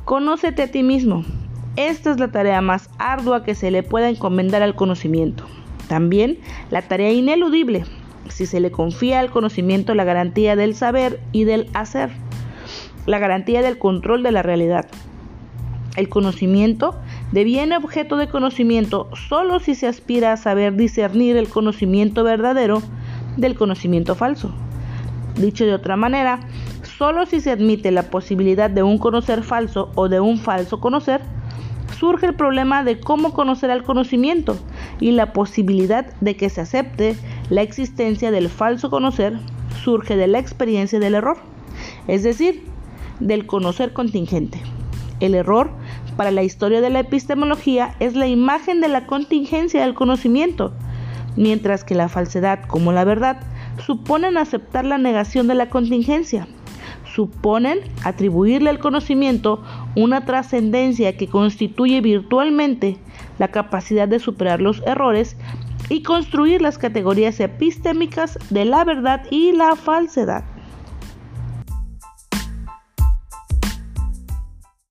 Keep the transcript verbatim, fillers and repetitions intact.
Conócete a ti mismo. Esta es la tarea más ardua que se le pueda encomendar al conocimiento. También la tarea ineludible, si se le confía al conocimiento la garantía del saber y del hacer, la garantía del control de la realidad. El conocimiento deviene objeto de conocimiento solo si se aspira a saber discernir el conocimiento verdadero del conocimiento falso. Dicho de otra manera, solo si se admite la posibilidad de un conocer falso o de un falso conocer, surge el problema de cómo conocer al conocimiento, y la posibilidad de que se acepte la existencia del falso conocer surge de la experiencia del error, es decir, del conocer contingente. El error, para la historia de la epistemología, es la imagen de la contingencia del conocimiento, mientras que la falsedad, como la verdad, suponen aceptar la negación de la contingencia. Suponen atribuirle al conocimiento una trascendencia que constituye virtualmente la capacidad de superar los errores y construir las categorías epistémicas de la verdad y la falsedad.